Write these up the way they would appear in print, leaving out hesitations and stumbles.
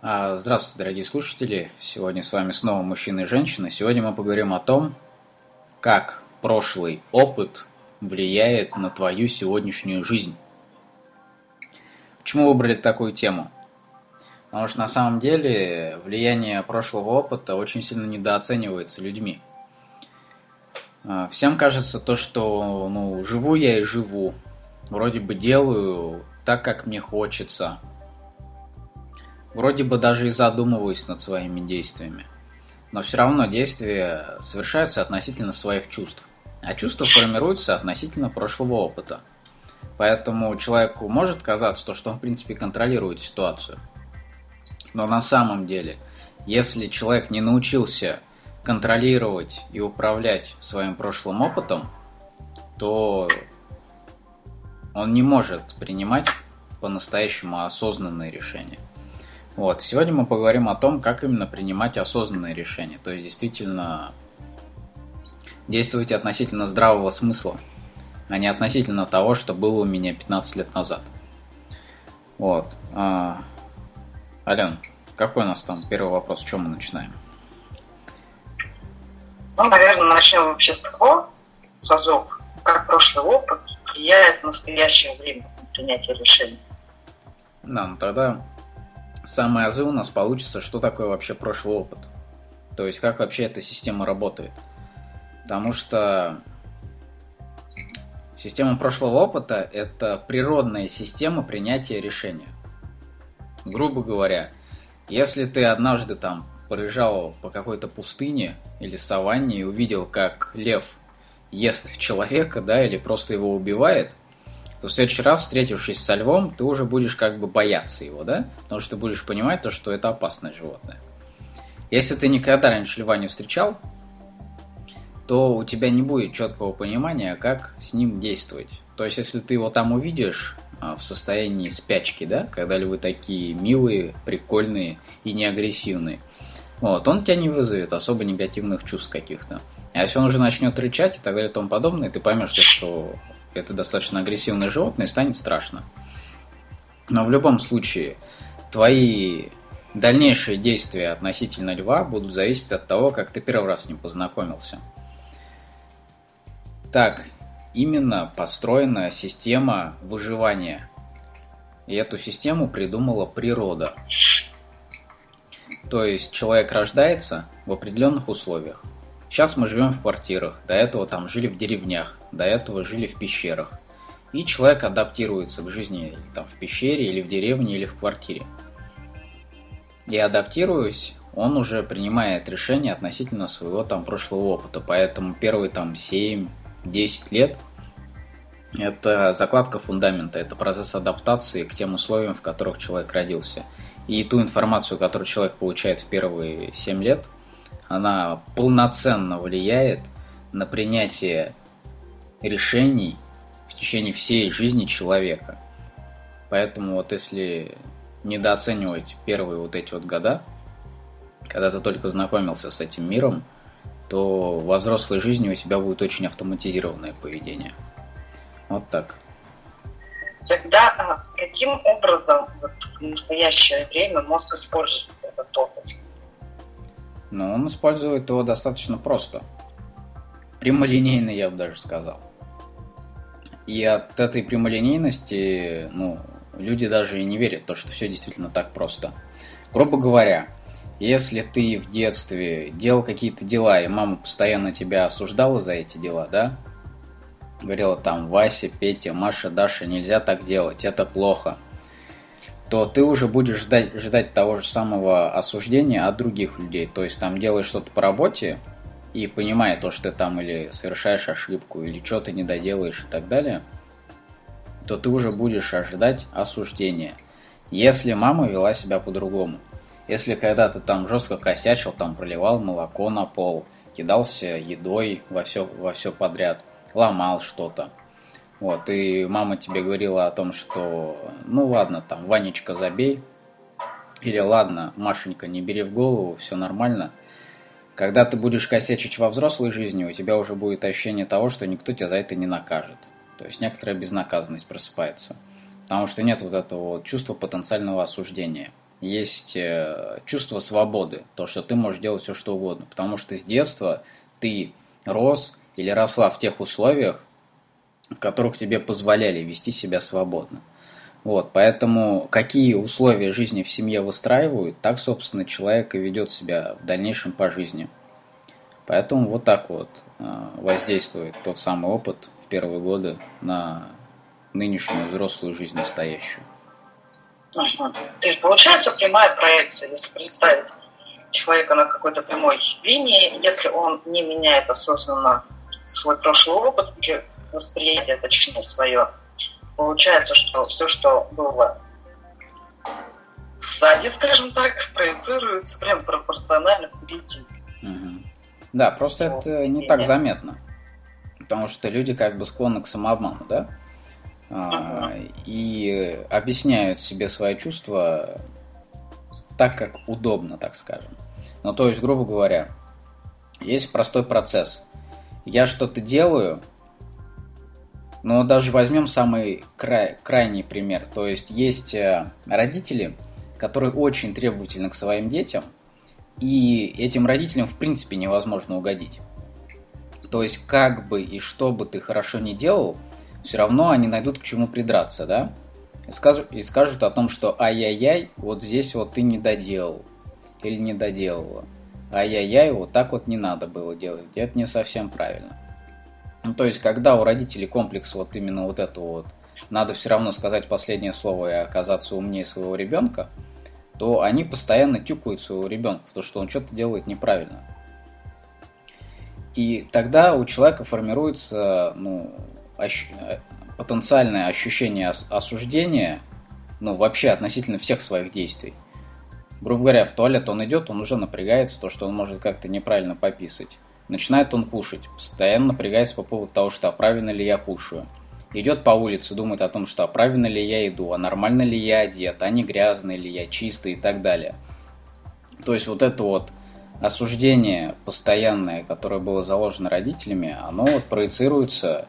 Здравствуйте, дорогие слушатели! Сегодня с вами снова мужчина и женщина. Сегодня мы поговорим о том, как прошлый опыт влияет на твою сегодняшнюю жизнь. Почему выбрали такую тему? Потому что на самом деле влияние прошлого опыта очень сильно недооценивается людьми. Всем кажется то, что живу я и живу. Вроде бы делаю так, как мне хочется. Вроде бы даже и задумываюсь над своими действиями. Но все равно действия совершаются относительно своих чувств. А чувства формируются относительно прошлого опыта. Поэтому человеку может казаться, что он в принципе контролирует ситуацию. Но на самом деле, если человек не научился контролировать и управлять своим прошлым опытом, то он не может принимать по-настоящему осознанные решения. Сегодня мы поговорим о том, как именно принимать осознанные решения. То есть, действительно, действовать относительно здравого смысла, а не относительно того, что было у меня 15 лет назад. Ален, какой у нас там первый вопрос? С чем мы начинаем? Наверное, начнем вообще с того, с азов, как прошлый опыт влияет в настоящее время на принятие решений. Тогда самые азы у нас получится, что такое вообще прошлый опыт. То есть, как вообще эта система работает. Потому что система прошлого опыта – это природная система принятия решения. Грубо говоря, если ты однажды проезжал по какой-то пустыне или саванне и увидел, как лев ест человека, или просто его убивает, то в следующий раз, встретившись со львом, ты уже будешь бояться его, Потому что ты будешь понимать то, что это опасное животное. Если ты никогда раньше льва не встречал, то у тебя не будет четкого понимания, как с ним действовать. То есть, если ты его там увидишь в состоянии спячки, когда львы такие милые, прикольные и не агрессивные, он тебя не вызовет особо негативных чувств каких-то. А если он уже начнет рычать и так далее и тому подобное, ты поймешь, что это достаточно агрессивное животное и станет страшно. Но в любом случае, твои дальнейшие действия относительно льва будут зависеть от того, как ты первый раз с ним познакомился. Так именно построена система выживания. И эту систему придумала природа. То есть человек рождается в определенных условиях. Сейчас мы живем в квартирах, до этого жили в деревнях, до этого жили в пещерах. И человек адаптируется к жизни в пещере, или в деревне, или в квартире. И адаптируясь, он уже принимает решения относительно своего прошлого опыта. Поэтому первые 7-10 лет это закладка фундамента, это процесс адаптации к тем условиям, в которых человек родился. И ту информацию, которую человек получает в первые 7 лет, она полноценно влияет на принятие решений в течение всей жизни человека. Поэтому если недооценивать первые эти года, когда ты только знакомился с этим миром, то во взрослой жизни у тебя будет очень автоматизированное поведение. Так. Тогда каким образом в настоящее время мозг использует этот опыт? Он использует его достаточно просто. Прямолинейно, я бы даже сказал. И от этой прямолинейности, люди даже и не верят в то, что все действительно так просто. Грубо говоря, если ты в детстве делал какие-то дела, и мама постоянно тебя осуждала за эти дела, говорила Вася, Петя, Маша, Даша, нельзя так делать, это плохо, то ты уже будешь ждать того же самого осуждения от других людей. То есть делаешь что-то по работе и понимая то, что ты или совершаешь ошибку, или что-то не доделаешь и так далее, то ты уже будешь ожидать осуждения, если мама вела себя по-другому. Если когда ты жестко косячил, проливал молоко на пол, кидался едой во все подряд, ломал что-то, и мама тебе говорила о том, что ладно, Ванечка, забей, или ладно, Машенька, не бери в голову, все нормально. Когда ты будешь косячить во взрослой жизни, у тебя уже будет ощущение того, что никто тебя за это не накажет. То есть некоторая безнаказанность просыпается. Потому что нет этого чувства потенциального осуждения. есть чувство свободы, то, что ты можешь делать все, что угодно, потому что с детства ты рос или росла в тех условиях, в которых тебе позволяли вести себя свободно. Вот, поэтому какие условия жизни в семье выстраивают, так, собственно, человек и ведет себя в дальнейшем по жизни. Поэтому вот так вот воздействует тот самый опыт в первые годы на нынешнюю взрослую жизнь настоящую. Угу. То есть получается прямая проекция, если представить человека на какой-то прямой линии, если он не меняет осознанно свой прошлый опыт или восприятие, точнее, свое, получается, что все, что было сзади, скажем так, проецируется прям пропорционально впереди. Угу. Да, просто это не так заметно, потому что люди как бы склонны к самообману, да? И объясняют себе свои чувства так, как удобно, так скажем. Ну, то есть, грубо говоря, есть простой процесс. Я что-то делаю, но даже возьмем самый крайний пример. То есть родители, которые очень требовательны к своим детям, и этим родителям в принципе невозможно угодить. То есть как бы и что бы ты хорошо не делал, все равно они найдут к чему придраться, да? И скажут о том, что ай-яй-яй, вот здесь вот ты не доделал или не доделала. Ай-яй-яй, вот так вот не надо было делать, это не совсем правильно. Ну, то есть, когда у родителей комплекс вот именно вот это вот, надо все равно сказать последнее слово и оказаться умнее своего ребенка, то они постоянно тюкают своего ребенка, потому что он что-то делает неправильно. И тогда у человека формируется потенциальное ощущение осуждения, вообще относительно всех своих действий. Грубо говоря, в туалет он идет, он уже напрягается, то, что он может как-то неправильно пописать. Начинает он кушать, постоянно напрягается по поводу того, что правильно ли я кушаю. Идет по улице, думает о том, что правильно ли я иду, а нормально ли я одет, а не грязный ли я, чистый и так далее. То есть вот это вот осуждение постоянное, которое было заложено родителями, оно проецируется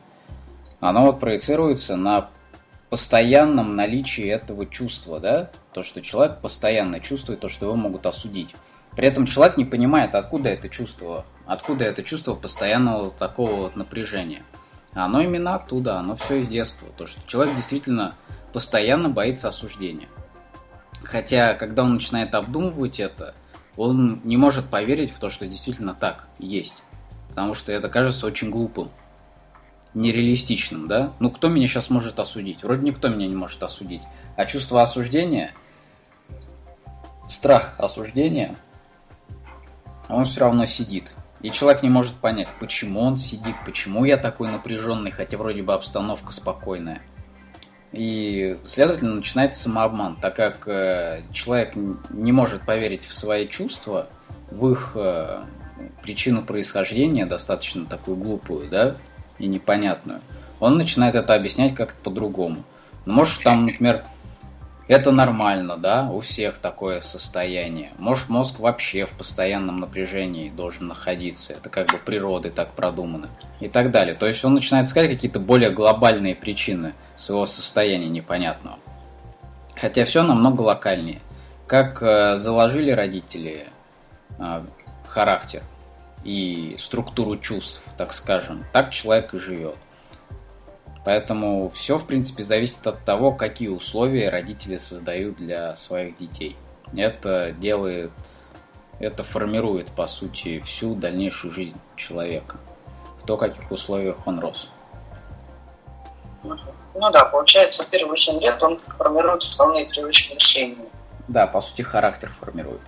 на постоянном наличии этого чувства, да? То, что человек постоянно чувствует то, что его могут осудить. При этом человек не понимает, откуда это чувство постоянного такого вот напряжения. Оно именно оттуда, оно все из детства. То, что человек действительно постоянно боится осуждения. Хотя, когда он начинает обдумывать это, он не может поверить в то, что действительно так есть. Потому что это кажется очень глупым, нереалистичным, да? Кто меня сейчас может осудить? Вроде никто меня не может осудить. А чувство осуждения, страх осуждения, он все равно сидит. И человек не может понять, почему он сидит, почему я такой напряженный, хотя вроде бы обстановка спокойная. И, следовательно, начинается самообман, так как человек не может поверить в свои чувства, в их причину происхождения, достаточно такую глупую, да, и непонятную. Он начинает это объяснять как-то по-другому. Может, там, например, это нормально, да, у всех такое состояние. Может, мозг вообще в постоянном напряжении должен находиться. Это как бы природой так продумано. И так далее. То есть он начинает искать какие-то более глобальные причины своего состояния непонятного. Хотя все намного локальнее. Как заложили родители характер и структуру чувств, так скажем, так человек и живет. Поэтому все, в принципе, зависит от того, какие условия родители создают для своих детей. Это формирует, по сути, всю дальнейшую жизнь человека, в то, в каких условиях он рос. Ну да, получается, в первые 7 лет он формирует основные привычки мышления. Да, по сути, характер формирует.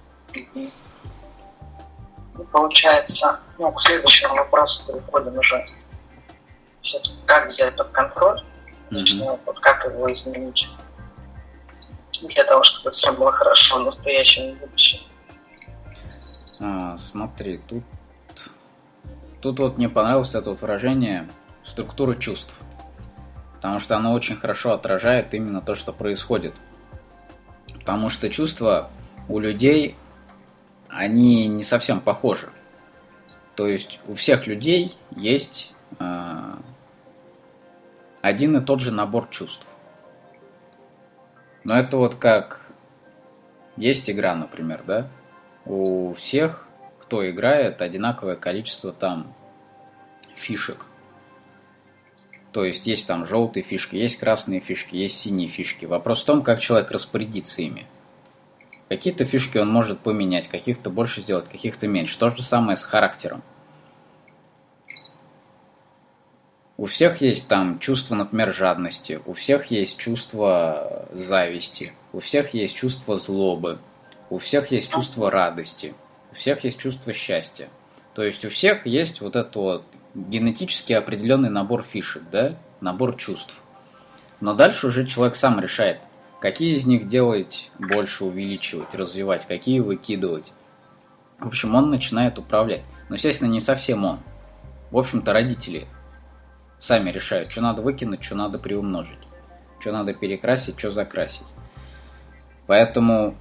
Получается, к следующему вопросу переходим уже. Все-таки как взять под контроль личный опыт, как его изменить для того, чтобы все было хорошо в настоящем и будущем. Смотри, тут вот мне понравилось это вот выражение «структура чувств», потому что оно очень хорошо отражает именно то, что происходит. Потому что чувства у людей, они не совсем похожи. То есть у всех людей есть один и тот же набор чувств. Но это вот как Есть игра, например, да? У всех, кто играет, одинаковое количество там фишек. То есть есть там желтые фишки, есть красные фишки, есть синие фишки. Вопрос в том, как человек распорядится ими. Какие-то фишки он может поменять, каких-то больше сделать, каких-то меньше. То же самое с характером. У всех есть там чувство, например, жадности, у всех есть чувство зависти, у всех есть чувство злобы, у всех есть чувство радости, у всех есть чувство счастья. То есть у всех есть вот этот вот генетически определенный набор фишек, да, набор чувств. Но дальше уже человек сам решает, какие из них делать больше, увеличивать, развивать, какие выкидывать. В общем, он начинает управлять. Но, естественно, не совсем он. В общем-то, родители сами решают, что надо выкинуть, что надо приумножить, что надо перекрасить, что закрасить. Поэтому,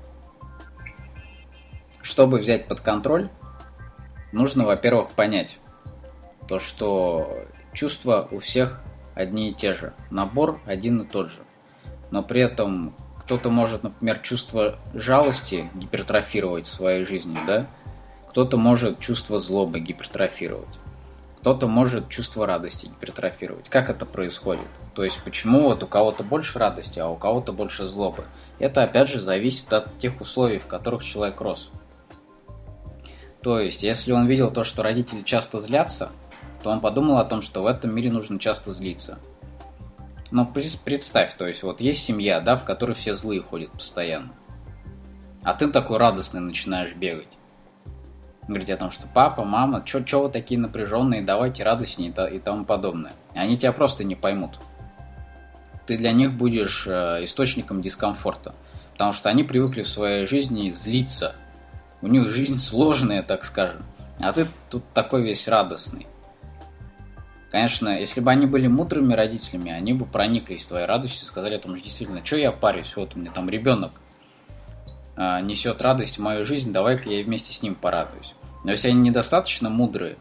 чтобы взять под контроль, нужно, во-первых, понять то, что чувства у всех одни и те же, набор один и тот же. Но при этом кто-то может, например, чувство жалости гипертрофировать в своей жизни, да? Кто-то может чувство злобы гипертрофировать. Кто-то может чувство радости гипертрофировать. Как это происходит? То есть, почему вот у кого-то больше радости, а у кого-то больше злобы? Это, опять же, зависит от тех условий, в которых человек рос. То есть, если он видел то, что родители часто злятся, то он подумал о том, что в этом мире нужно часто злиться. Но представь, то есть, вот есть семья, да, в которой все злые ходят постоянно. А ты такой радостный начинаешь бегать. Говорить о том, что папа, мама, чё вы такие напряженные, давайте радостнее и тому подобное. Они тебя просто не поймут. Ты для них будешь источником дискомфорта. Потому что они привыкли в своей жизни злиться. У них жизнь сложная, так скажем. А ты тут такой весь радостный. Конечно, если бы они были мудрыми родителями, они бы прониклись твоей радостью и сказали о том, что действительно, что я парюсь, вот у меня там ребенок несет радость в мою жизнь, давай-ка я вместе с ним порадуюсь. Но если они недостаточно мудрые,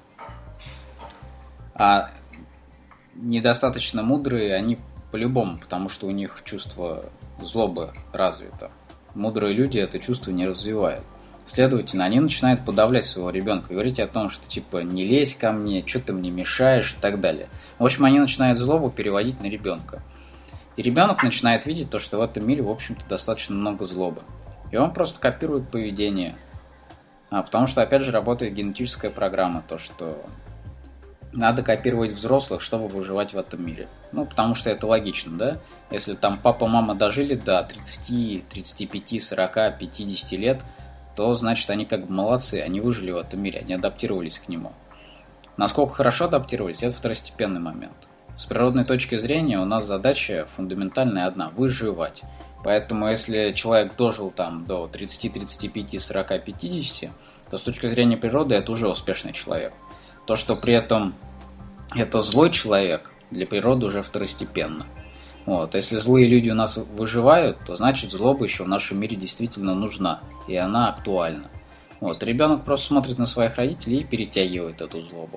они по-любому, потому что у них чувство злобы развито. Мудрые люди это чувство не развивают. Следовательно, они начинают подавлять своего ребенка, говорить о том, что типа не лезь ко мне, что ты мне мешаешь и так далее. В общем, они начинают злобу переводить на ребенка. И ребенок начинает видеть то, что в этом мире, в общем-то, достаточно много злобы. И он просто копирует поведение. Потому что, опять же, работает генетическая программа, то, что надо копировать взрослых, чтобы выживать в этом мире. Ну, потому что это логично, да? Если там папа, мама дожили до 30, 35, 40, 50 лет, то, значит, они как бы молодцы, они выжили в этом мире, они адаптировались к нему. Насколько хорошо адаптировались, это второстепенный момент. С природной точки зрения у нас задача фундаментальная одна – выживать. Поэтому, если человек дожил там до 30, 35, 40, 50, то с точки зрения природы это уже успешный человек. То, что при этом это злой человек, для природы уже второстепенно. Вот. Если злые люди у нас выживают, то значит злоба еще в нашем мире действительно нужна, и она актуальна. Вот. Ребенок просто смотрит на своих родителей и перетягивает эту злобу.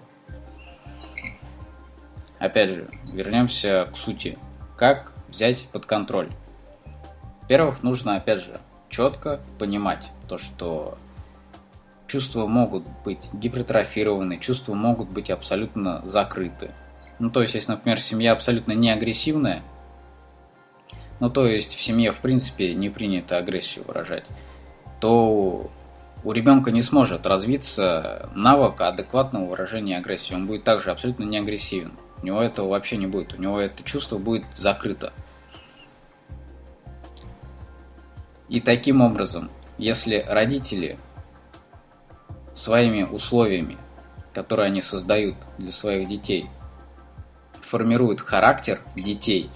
Опять же, вернемся к сути. Как взять под контроль? Во-первых, нужно, опять же, четко понимать то, что чувства могут быть гипертрофированы, чувства могут быть абсолютно закрыты. Ну, то есть, если, например, семья абсолютно не агрессивная, ну, то есть, в семье, в принципе, не принято агрессию выражать, то у ребенка не сможет развиться навык адекватного выражения агрессии. Он будет также абсолютно не агрессивен. У него этого вообще не будет. У него это чувство будет закрыто. И таким образом, если родители своими условиями, которые они создают для своих детей, формируют характер детей,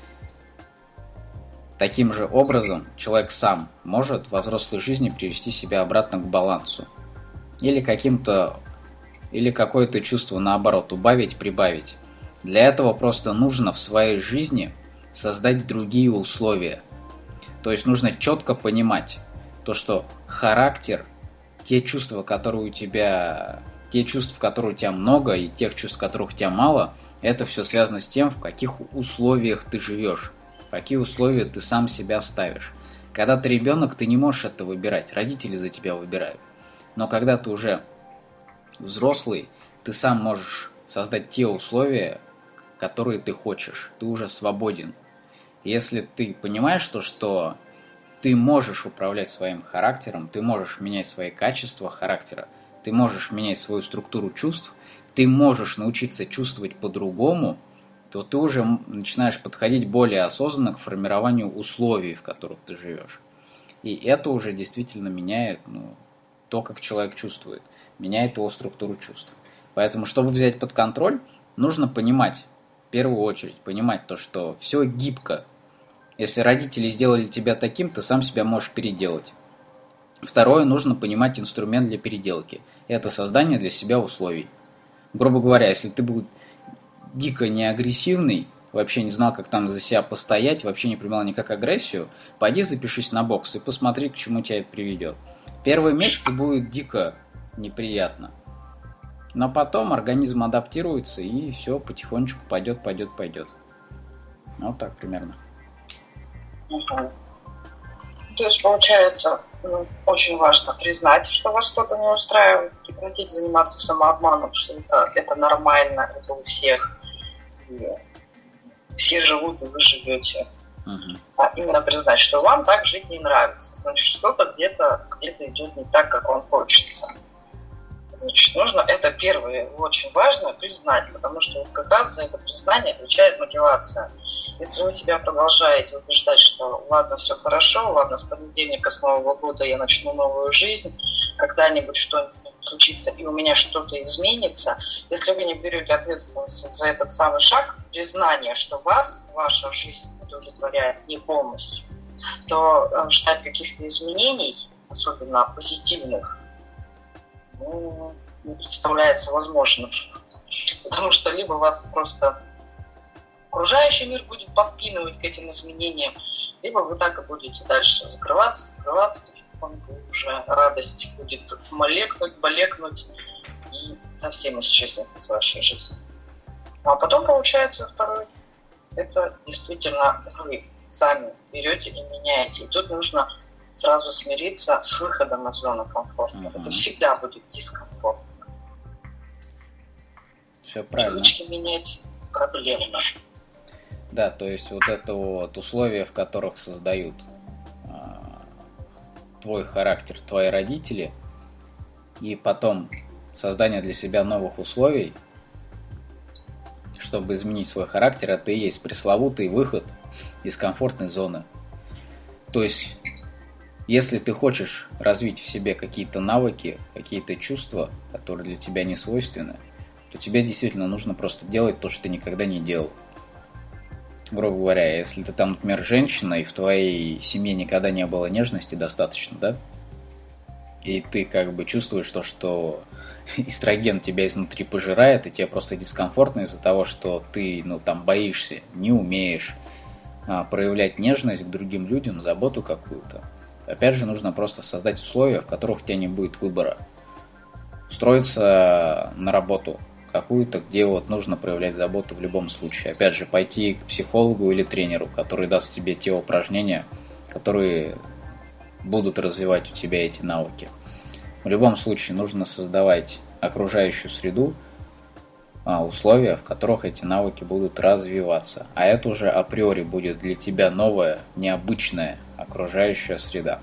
таким же образом человек сам может во взрослой жизни привести себя обратно к балансу. Или какое-то чувство, наоборот, убавить, прибавить. Для этого просто нужно в своей жизни создать другие условия. То есть нужно четко понимать то, что характер, те чувства, которые у тебя много, и тех чувств, которых у тебя мало, это все связано с тем, в каких условиях ты живешь, в какие условия ты сам себя ставишь. Когда ты ребенок, ты не можешь это выбирать, родители за тебя выбирают. Но когда ты уже взрослый, ты сам можешь создать те условия, которые ты хочешь. Ты уже свободен. Если ты понимаешь то, что ты можешь управлять своим характером, ты можешь менять свои качества характера, ты можешь менять свою структуру чувств, ты можешь научиться чувствовать по-другому, то ты уже начинаешь подходить более осознанно к формированию условий, в которых ты живешь. И это уже действительно меняет то, как человек чувствует, меняет его структуру чувств. Поэтому, чтобы взять под контроль, нужно понимать, в первую очередь, понимать то, что все гибко. Если родители сделали тебя таким, ты сам себя можешь переделать. Второе, нужно понимать инструмент для переделки. Это создание для себя условий. Грубо говоря, если ты был дико неагрессивный, вообще не знал, как там за себя постоять, вообще не принимал никак агрессию, пойди запишись на бокс и посмотри, к чему тебя это приведет. Первые месяцы будет дико неприятно. Но потом организм адаптируется, и все потихонечку пойдет. Вот так примерно. Угу. То есть, получается, очень важно признать, что вас что-то не устраивает, прекратить заниматься самообманом, что это нормально, это у всех. И все живут, и вы живете. А именно признать, что вам так жить не нравится. Значит, что-то где-то идет не так, как вам хочется. Значит, нужно это первое, очень важно, признать, потому что как раз за это признание отвечает мотивация. Если вы себя продолжаете убеждать, что ладно, все хорошо, ладно, с понедельника, с Нового года я начну новую жизнь, когда-нибудь что-нибудь случится и у меня что-то изменится, если вы не берете ответственность за этот самый шаг, признание, что вас, ваша жизнь удовлетворяет не полностью, то ждать каких-то изменений, особенно позитивных, не представляется возможным. Потому что либо вас просто окружающий мир будет подпинывать к этим изменениям, либо вы так и будете дальше закрываться, потихоньку уже радость будет молекнуть и совсем исчезнет из вашей жизни. А потом получается второй, это действительно вы сами берете и меняете. И тут нужно сразу смириться с выходом из зоны комфорта. Это всегда будет дискомфортно. Все правильно. Привычки менять проблемно. Да, то есть вот это вот условия, в которых создают твой характер, твои родители, и потом создание для себя новых условий, чтобы изменить свой характер, это и есть пресловутый выход из комфортной зоны. То есть, если ты хочешь развить в себе какие-то навыки, какие-то чувства, которые для тебя не свойственны, то тебе действительно нужно просто делать то, что ты никогда не делал. Грубо говоря, если ты там, например, женщина, и в твоей семье никогда не было нежности достаточно, да? И ты как бы чувствуешь то, что эстроген тебя изнутри пожирает, и тебе просто дискомфортно из-за того, что ты, там боишься, не умеешь проявлять нежность к другим людям, заботу какую-то. Опять же, нужно просто создать условия, в которых у тебя не будет выбора. Устроиться на работу какую-то, где нужно проявлять заботу в любом случае. Опять же, пойти к психологу или тренеру, который даст тебе те упражнения, которые будут развивать у тебя эти навыки. В любом случае, нужно создавать окружающую среду, условия, в которых эти навыки будут развиваться. А это уже априори будет для тебя новая, необычная окружающая среда.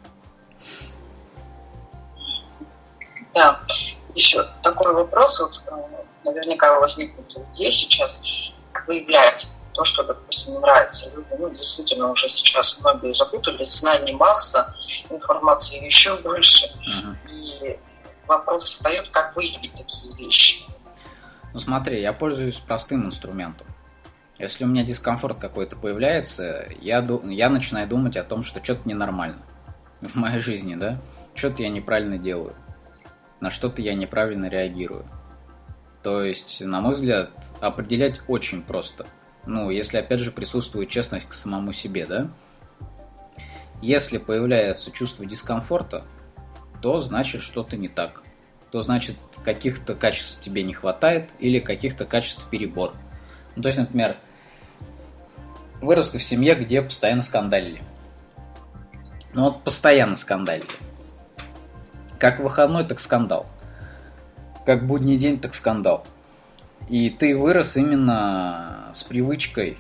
Да. Еще такой вопрос, наверняка возникнет у людей сейчас, как выявлять то, что, допустим, не нравится людям. Действительно, уже сейчас многие запутались, знаний масса, информации еще больше. И вопрос встает, как выявить такие вещи. Смотри, я пользуюсь простым инструментом. Если у меня дискомфорт какой-то появляется, я начинаю думать о том, что что-то ненормально в моей жизни, да? Что-то я неправильно делаю. На что-то я неправильно реагирую. То есть, на мой взгляд, определять очень просто. Если, опять же, присутствует честность к самому себе, да? Если появляется чувство дискомфорта, то значит что-то не так. То значит, каких-то качеств тебе не хватает или каких-то качеств перебор. То есть, например, вырос ты в семье, где постоянно скандалили. Ну вот постоянно скандалили. Как выходной, так скандал. Как будний день, так скандал. И ты вырос именно с привычкой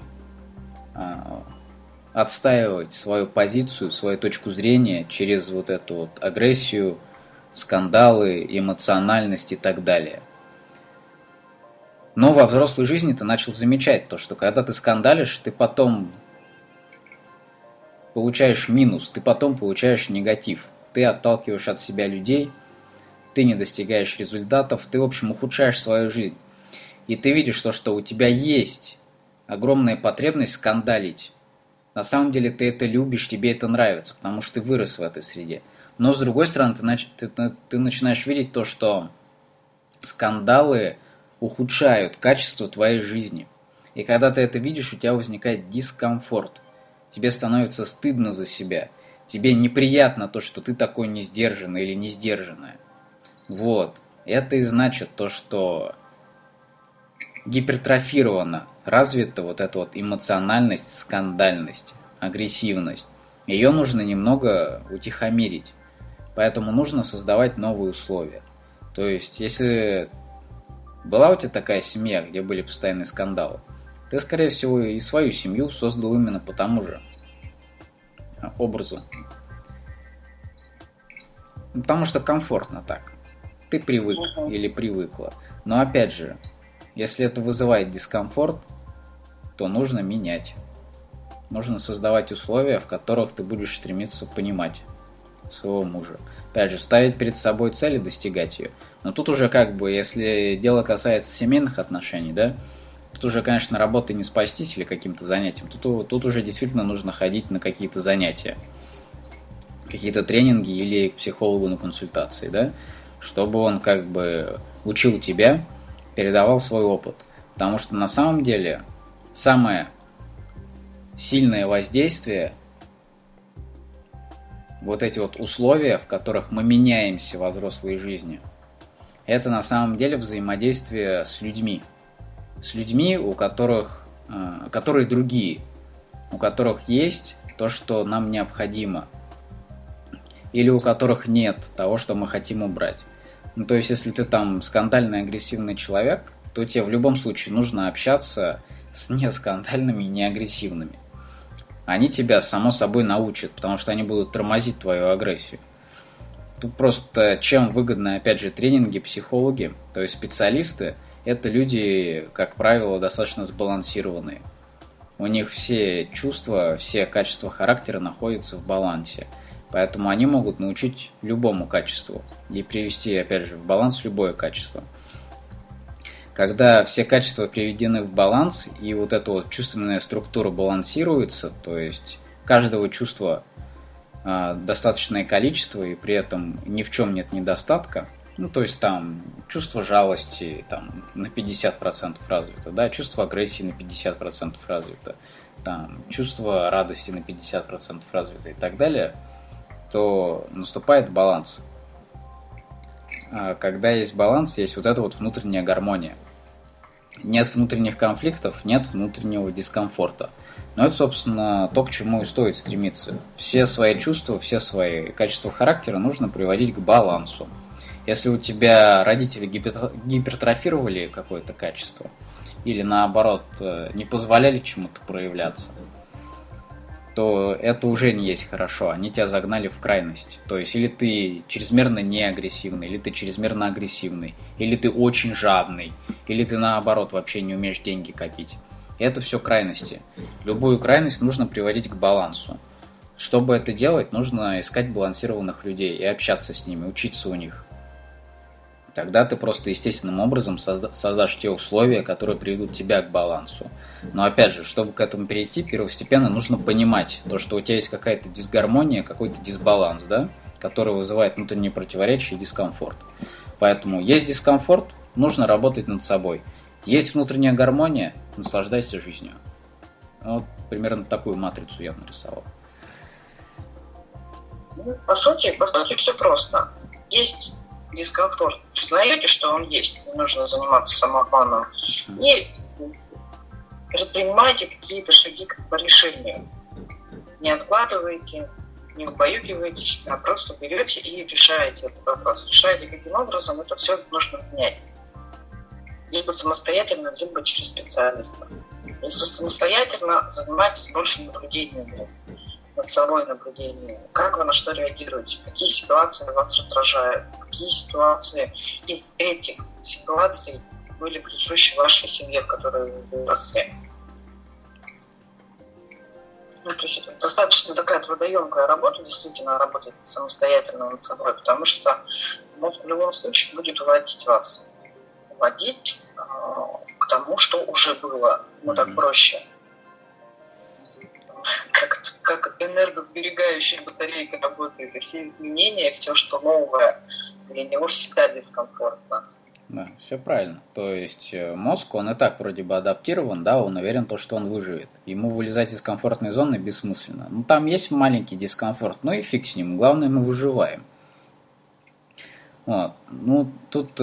отстаивать свою позицию, свою точку зрения через вот эту вот агрессию, скандалы, эмоциональность и так далее. Но во взрослой жизни ты начал замечать то, что когда ты скандалишь, ты потом получаешь минус, ты потом получаешь негатив. Ты отталкиваешь от себя людей, ты не достигаешь результатов, ты, в общем, ухудшаешь свою жизнь. И ты видишь то, что у тебя есть огромная потребность скандалить. На самом деле ты это любишь, тебе это нравится, потому что ты вырос в этой среде. Но с другой стороны, ты начинаешь видеть то, что скандалы ухудшают качество твоей жизни. И когда ты это видишь, у тебя возникает дискомфорт. Тебе становится стыдно за себя. Тебе неприятно то, что ты такой несдержанный или несдержанная. Вот. Это и значит то, что гипертрофирована, развита вот эта вот эмоциональность, скандальность, агрессивность. Ее нужно немного утихомирить. Поэтому нужно создавать новые условия. То есть, если была у тебя такая семья, где были постоянные скандалы, ты, скорее всего, и свою семью создал именно по тому же образу. Потому что комфортно так. Ты привык или привыкла. Но опять же, если это вызывает дискомфорт, то нужно менять. Нужно создавать условия, в которых ты будешь стремиться понимать своего мужа. Опять же, ставить перед собой цель и достигать ее. Но тут уже как бы, если дело касается семейных отношений, да, тут уже, конечно, работы не спастись или каким-то занятием. Тут уже действительно нужно ходить на какие-то занятия, какие-то тренинги или к психологу на консультации, да, чтобы он как бы учил тебя, передавал свой опыт. Потому что на самом деле самое сильное воздействие, вот эти вот условия, в которых мы меняемся во взрослой жизни, это на самом деле взаимодействие с людьми. С людьми, у которых, которые другие, у которых есть то, что нам необходимо, или у которых нет того, что мы хотим убрать. Ну, то есть, если ты там скандальный, агрессивный человек, то тебе в любом случае нужно общаться с нескандальными и неагрессивными. Они тебя, само собой, научат, потому что они будут тормозить твою агрессию. Тут просто чем выгодны, опять же, тренинги, психологи, то есть специалисты, это люди, как правило, достаточно сбалансированные. У них все чувства, все качества характера находятся в балансе. Поэтому они могут научить любому качеству и привести, опять же, в баланс любое качество. Когда все качества приведены в баланс, и вот эта вот чувственная структура балансируется, то есть каждого чувства достаточное количество, и при этом ни в чем нет недостатка, ну, то есть там чувство жалости там, на 50% развито, да, чувство агрессии на 50% развито, там, чувство радости на 50% развито и так далее, то наступает баланс. Когда есть баланс, есть вот эта вот внутренняя гармония. Нет внутренних конфликтов, нет внутреннего дискомфорта. Но это, собственно, то, к чему и стоит стремиться. Все свои чувства, все свои качества характера нужно приводить к балансу. Если у тебя родители гипертрофировали какое-то качество, или наоборот, не позволяли чему-то проявляться, то это уже не есть хорошо, они тебя загнали в крайность. То есть, или ты чрезмерно неагрессивный, или ты чрезмерно агрессивный, или ты очень жадный, или ты наоборот вообще не умеешь деньги копить. Это все крайности. Любую крайность нужно приводить к балансу. Чтобы это делать, нужно искать балансированных людей и общаться с ними, учиться у них. Тогда ты просто естественным образом создашь те условия, которые приведут тебя к балансу. Но опять же, чтобы к этому перейти, первостепенно нужно понимать, то, что у тебя есть какая-то дисгармония, какой-то дисбаланс, да, который вызывает внутренние противоречия и дискомфорт. Поэтому есть дискомфорт, нужно работать над собой. Есть внутренняя гармония, наслаждайся жизнью. Вот примерно такую матрицу я нарисовал. По сути, все просто. Есть дискомфорт. Знаете, что он есть, не нужно заниматься самообманом. И предпринимайте какие-то шаги по решению. Не откладывайте, не убаюкиваетесь, а просто берете и решаете этот вопрос. Решаете, каким образом это все нужно менять. Либо самостоятельно, либо через специалиста. Если самостоятельно, занимайтесь больше наблюдениями, над собой наблюдениями. Как вы на что реагируете? Какие ситуации вас раздражают? Какие ситуации из этих ситуаций были присущи вашей семье, в которой вы росли? Ну, то есть это достаточно такая трудоемкая работа, действительно работать самостоятельно над собой, потому что мозг в любом случае будет уводить вас. Уводить к тому, что уже было. Ну, так проще. Как энергосберегающая батарейка работает, и все изменения, все, что новое, для него всегда дискомфортно. Да, все правильно. То есть мозг, он и так вроде бы адаптирован, да, он уверен, что он выживет. Ему вылезать из комфортной зоны бессмысленно. Ну, там есть маленький дискомфорт, ну и фиг с ним. Главное, мы выживаем. Вот. Ну, тут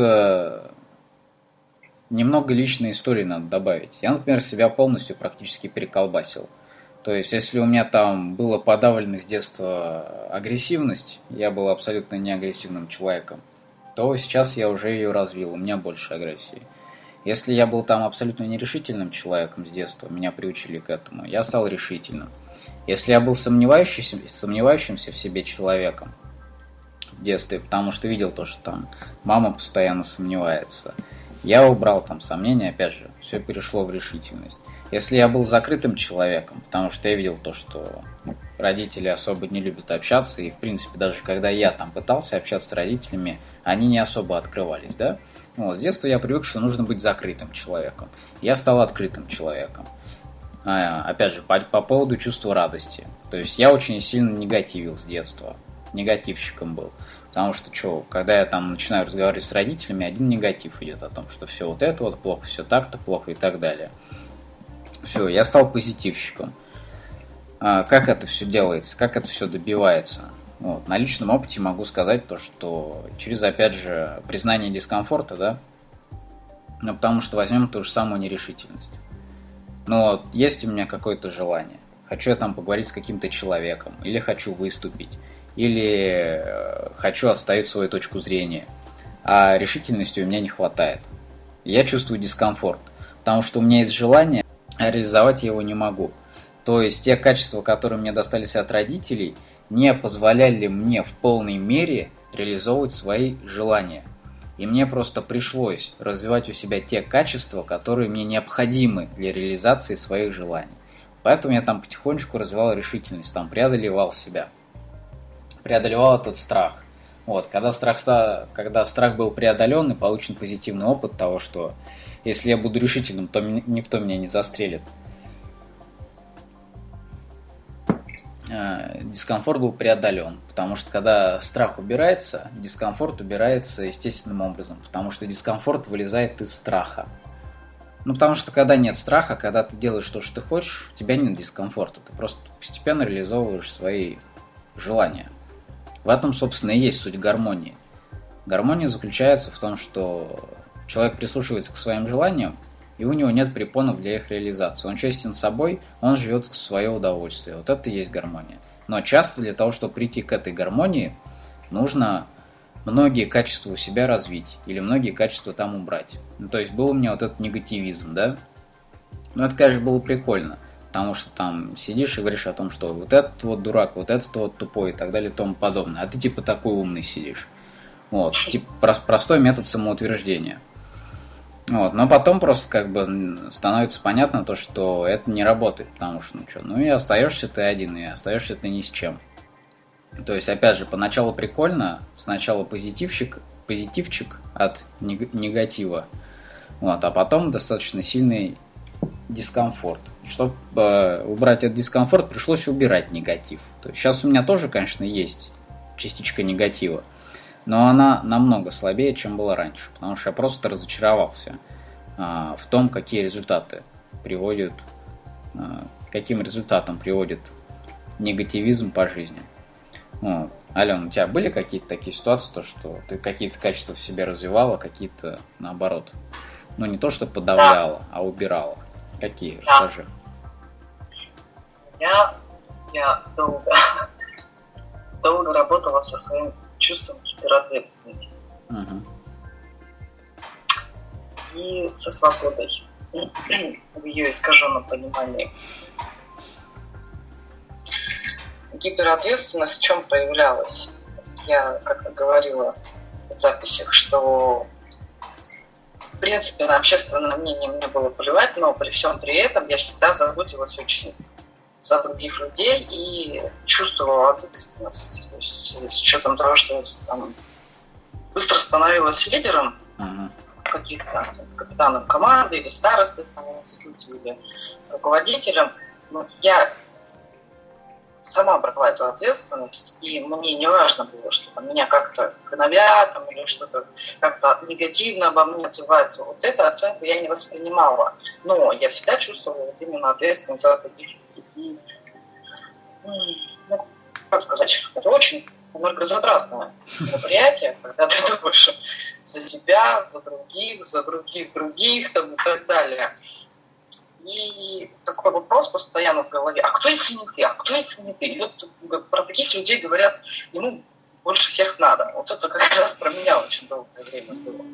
немного личной истории надо добавить. Я, например, себя полностью практически переколбасил. То есть, если у меня там было подавлено с детства агрессивность, я был абсолютно не агрессивным человеком, то сейчас я уже ее развил, у меня больше агрессии. Если я был там абсолютно нерешительным человеком с детства, меня приучили к этому, я стал решительным. Если я был сомневающимся в себе человеком в детстве, потому что видел то, что там мама постоянно сомневается, я убрал там сомнения, опять же, все перешло в решительность. Если я был закрытым человеком, потому что я видел то, что родители особо не любят общаться, и, в принципе, даже когда я там пытался общаться с родителями, они не особо открывались, да? Вот, с детства я привык, что нужно быть закрытым человеком. Я стал открытым человеком. Опять же, по поводу чувства радости. То есть я очень сильно негативил с детства. Негативщиком был. Потому что, когда я там начинаю разговаривать с родителями, один негатив идет о том, что все вот это вот плохо, все так-то плохо и так далее. Все, я стал позитивщиком. Как это все делается, как это все добивается? Вот. На личном опыте могу сказать то, что через, опять же, признание дискомфорта, да, ну, потому что возьмем ту же самую нерешительность. Но вот есть у меня какое-то желание. Хочу я там поговорить с каким-то человеком, или хочу выступить, или хочу отстоять свою точку зрения. А решительности у меня не хватает. Я чувствую дискомфорт, потому что у меня есть желание, а реализовать я его не могу. То есть те качества, которые мне достались от родителей, не позволяли мне в полной мере реализовывать свои желания. И мне просто пришлось развивать у себя те качества, которые мне необходимы для реализации своих желаний. Поэтому я там потихонечку развивал решительность, там преодолевал себя. Преодолевал этот страх. Вот, когда страх был преодолен и получен позитивный опыт того, что если я буду решительным, то никто меня не застрелит. Дискомфорт был преодолен, потому что когда страх убирается, дискомфорт убирается естественным образом, потому что дискомфорт вылезает из страха. Ну, потому что когда нет страха, когда ты делаешь то, что ты хочешь, у тебя нет дискомфорта, ты просто постепенно реализовываешь свои желания. В этом, собственно, и есть суть гармонии. Гармония заключается в том, что человек прислушивается к своим желаниям, и у него нет препонов для их реализации. Он честен с собой, он живет в свое удовольствие. Вот это и есть гармония. Но часто для того, чтобы прийти к этой гармонии, нужно многие качества у себя развить или многие качества там убрать. Ну, то есть был у меня вот этот негативизм, да? Ну, это, конечно, было прикольно, потому что там сидишь и говоришь о том, что вот этот вот дурак, вот этот вот тупой и так далее и тому подобное. А ты типа такой умный сидишь. Вот, типа простой метод самоутверждения. Вот, но потом просто как бы становится понятно то, что это не работает, потому что, и остаешься ты один, и остаешься ты ни с чем. То есть, опять же, поначалу прикольно, сначала позитивчик от негатива, вот, а потом достаточно сильный дискомфорт. Чтобы убрать этот дискомфорт, пришлось убирать негатив. То есть, сейчас у меня тоже, конечно, есть частичка негатива, но она намного слабее, чем была раньше, потому что я просто разочаровался в том, какие результаты приводят, каким результатом приводит негативизм по жизни. Вот. Алена, у тебя были какие-то такие ситуации, то, что ты какие-то качества в себе развивала, какие-то наоборот, не то, что подавляла, а убирала? Какие? Расскажи. Я долго долго работала со своим чувством гиперответственности. И со свободой в ее искаженном понимании. Гиперответственность в чем проявлялась? Я как-то говорила в записях, что в принципе на общественное мнение мне было плевать, но при всем при этом я всегда заботилась очень за других людей и чувствовала ответственность. То есть, с учетом того, что я там быстро становилась лидером, каких-то капитаном команды или старостой в институте, или руководителем, я сама брала эту ответственность, и мне не важно было, что там меня как-то гнобят там, или что-то как-то негативно обо мне отзывается. Вот эту оценку я не воспринимала. Но я всегда чувствовала вот именно ответственность за других людей. И, как сказать, это очень энергозатратное мероприятие, когда ты думаешь за себя, за других там, и так далее. И такой вопрос постоянно в голове: а кто если не ты? А кто если не ты? И вот про таких людей говорят, ему больше всех надо. Вот это как раз про меня очень долгое время было.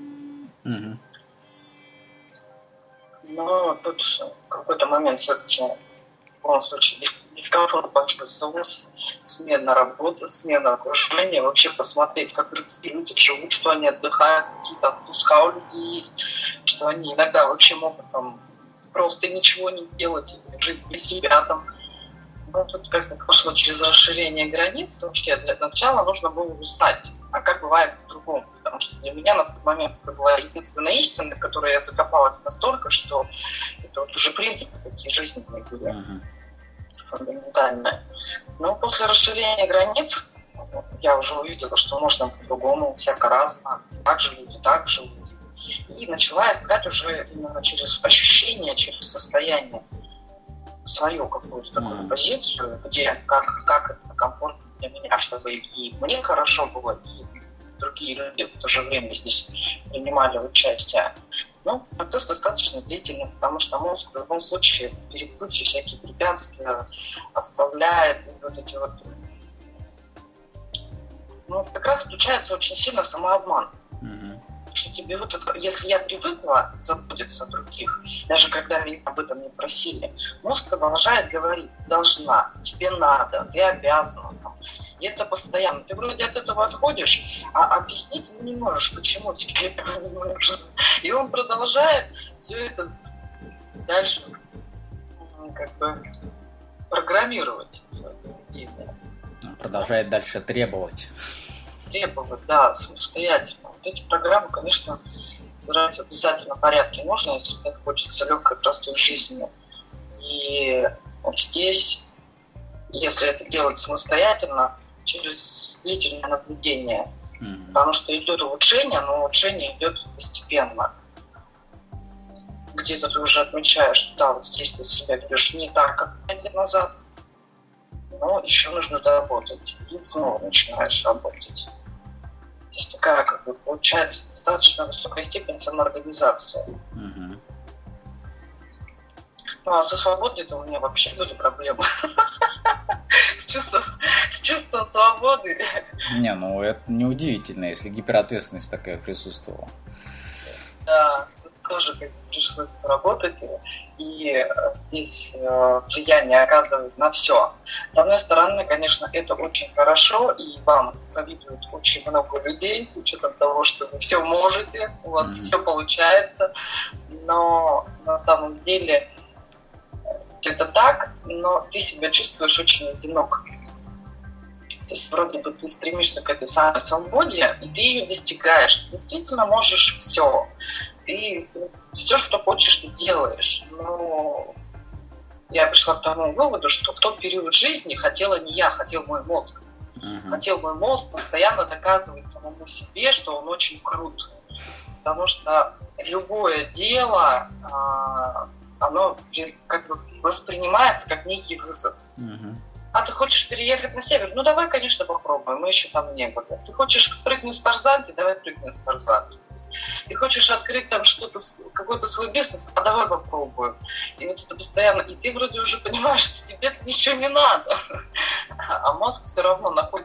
Но тут в какой-то момент все-таки в любом случае дискомфорт почувствовался, смена работы, смена окружения, вообще посмотреть, как другие люди живут, что они отдыхают, какие-то отпуска у людей есть, что они иногда вообще могут там просто ничего не делать, жить без себя там. Ну, тут как-то пошло через расширение границ. Вообще для начала нужно было узнать, а как бывает по-другому. Потому что для меня на тот момент это была единственная истина, в которой я закопалась настолько, что это вот уже принципы такие жизненные были, фундаментальные. Но после расширения границ я уже увидела, что можно по-другому, всяко разно. Так же люди, так живут. И начала искать уже именно через ощущение, через состояние свою какую-то такую позицию, где как это комфортно для меня, чтобы и мне хорошо было, и другие люди в то же время здесь принимали участие. Ну, процесс достаточно длительный, потому что мозг в любом случае перепутье, всякие препятствия оставляет, и вот эти вот... Ну, как раз включается очень сильно самообман. Что тебе вот это, если я привыкла заботиться о других, даже когда меня об этом не просили, мозг продолжает говорить: должна, тебе надо, ты обязана. Там. И это постоянно. Ты вроде от этого отходишь, а объяснить не можешь, почему тебе этого не нужно. И он продолжает все это дальше как бы программировать. Продолжает дальше требовать. Требовать, да, самостоятельно. Вот эти программы, конечно, выбирать в обязательном порядке нужно, если так хочется легкой, простой жизни. И вот здесь, если это делать самостоятельно, через длительное наблюдение, потому что идет улучшение, но улучшение идет постепенно. Где-то ты уже отмечаешь, что да, вот здесь ты себя ведешь не так, как 5 лет назад, но еще нужно доработать. И снова начинаешь работать. Здесь такая, как бы, получается, достаточно высокая степень самоорганизации. Ну, а со свободой-то у меня вообще были проблемы. С чувством свободы. Не, ну это неудивительно, если гиперответственность такая присутствовала. Да, тут тоже как-то пришлось поработать. И здесь влияние оказывает на все. С одной стороны, конечно, это очень хорошо, и вам завидуют очень много людей, с учетом того, что вы все можете, у вас все получается, но на самом деле это так, но ты себя чувствуешь очень одинок. То есть вроде бы ты стремишься к этой самой свободе, и ты ее достигаешь. Ты действительно можешь все. Ты все, что хочешь, ты делаешь. Но я пришла к тому выводу, что в тот период жизни хотела не я, хотел мой мозг. Хотел мой мозг постоянно доказывать самому себе, что он очень крут. Потому что любое дело, оно как бы воспринимается как некий вызов. А ты хочешь переехать на север? Ну давай, конечно, попробуем, мы еще там не были. Ты хочешь прыгнуть с тарзанки? Давай прыгнем с тарзанки. Ты хочешь открыть там что-то, какой-то свой бизнес? А давай попробуем. И вот это постоянно. И ты вроде уже понимаешь, что тебе ничего не надо. А мозг все равно находит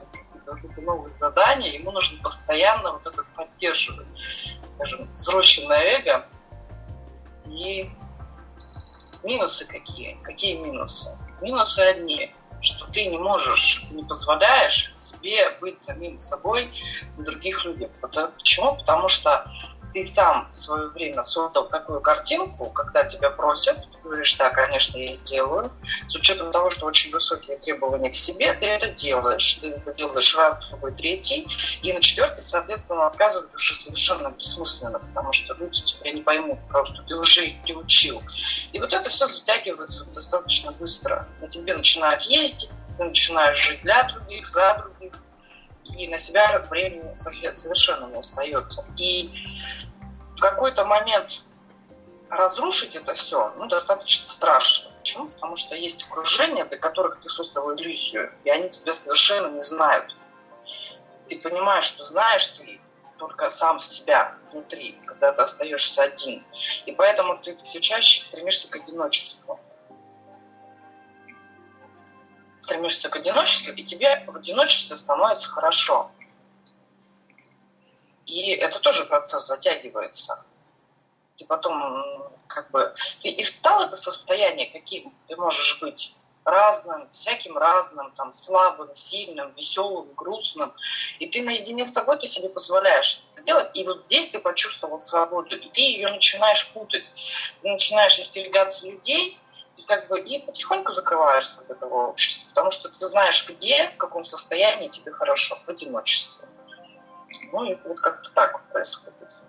какое-то вот это новое задание, ему нужно постоянно вот это поддерживать, скажем, взросленное эго. И минусы какие? Какие минусы? Минусы одни, что ты не можешь, не позволяешь себе быть самим собой на других людях. Почему? Потому что ты сам в свое время создал такую картинку, когда тебя просят, ты говоришь, да, конечно, я сделаю. С учетом того, что очень высокие требования к себе, ты это делаешь. Ты это делаешь раз, другой, третий. И на четвертый, соответственно, отказывать уже совершенно бессмысленно, потому что люди тебя не поймут, просто ты уже их приучил. И вот это все затягивается достаточно быстро. На тебе начинают ездить, ты начинаешь жить для других, за других. И на себя времени совершенно не остается. И в какой-то момент разрушить это все, достаточно страшно. Почему? Потому что есть окружение, для которых ты создал иллюзию, и они тебя совершенно не знают. Ты понимаешь, что знаешь ты только сам себя внутри, когда ты остаешься один. И поэтому ты все чаще стремишься к одиночеству. Стремишься к одиночеству, и тебе в одиночестве становится хорошо. И это тоже процесс затягивается. Ты потом ты испытал это состояние, каким ты можешь быть разным, всяким разным, там, слабым, сильным, веселым, грустным. И ты наедине с собой ты себе позволяешь это делать. И вот здесь ты почувствовал свободу, и ты ее начинаешь путать. Ты начинаешь остерегаться людей, и потихоньку закрываешься от этого общества, потому что ты знаешь, где, в каком состоянии тебе хорошо, в одиночестве. И вот как-то так вот происходит.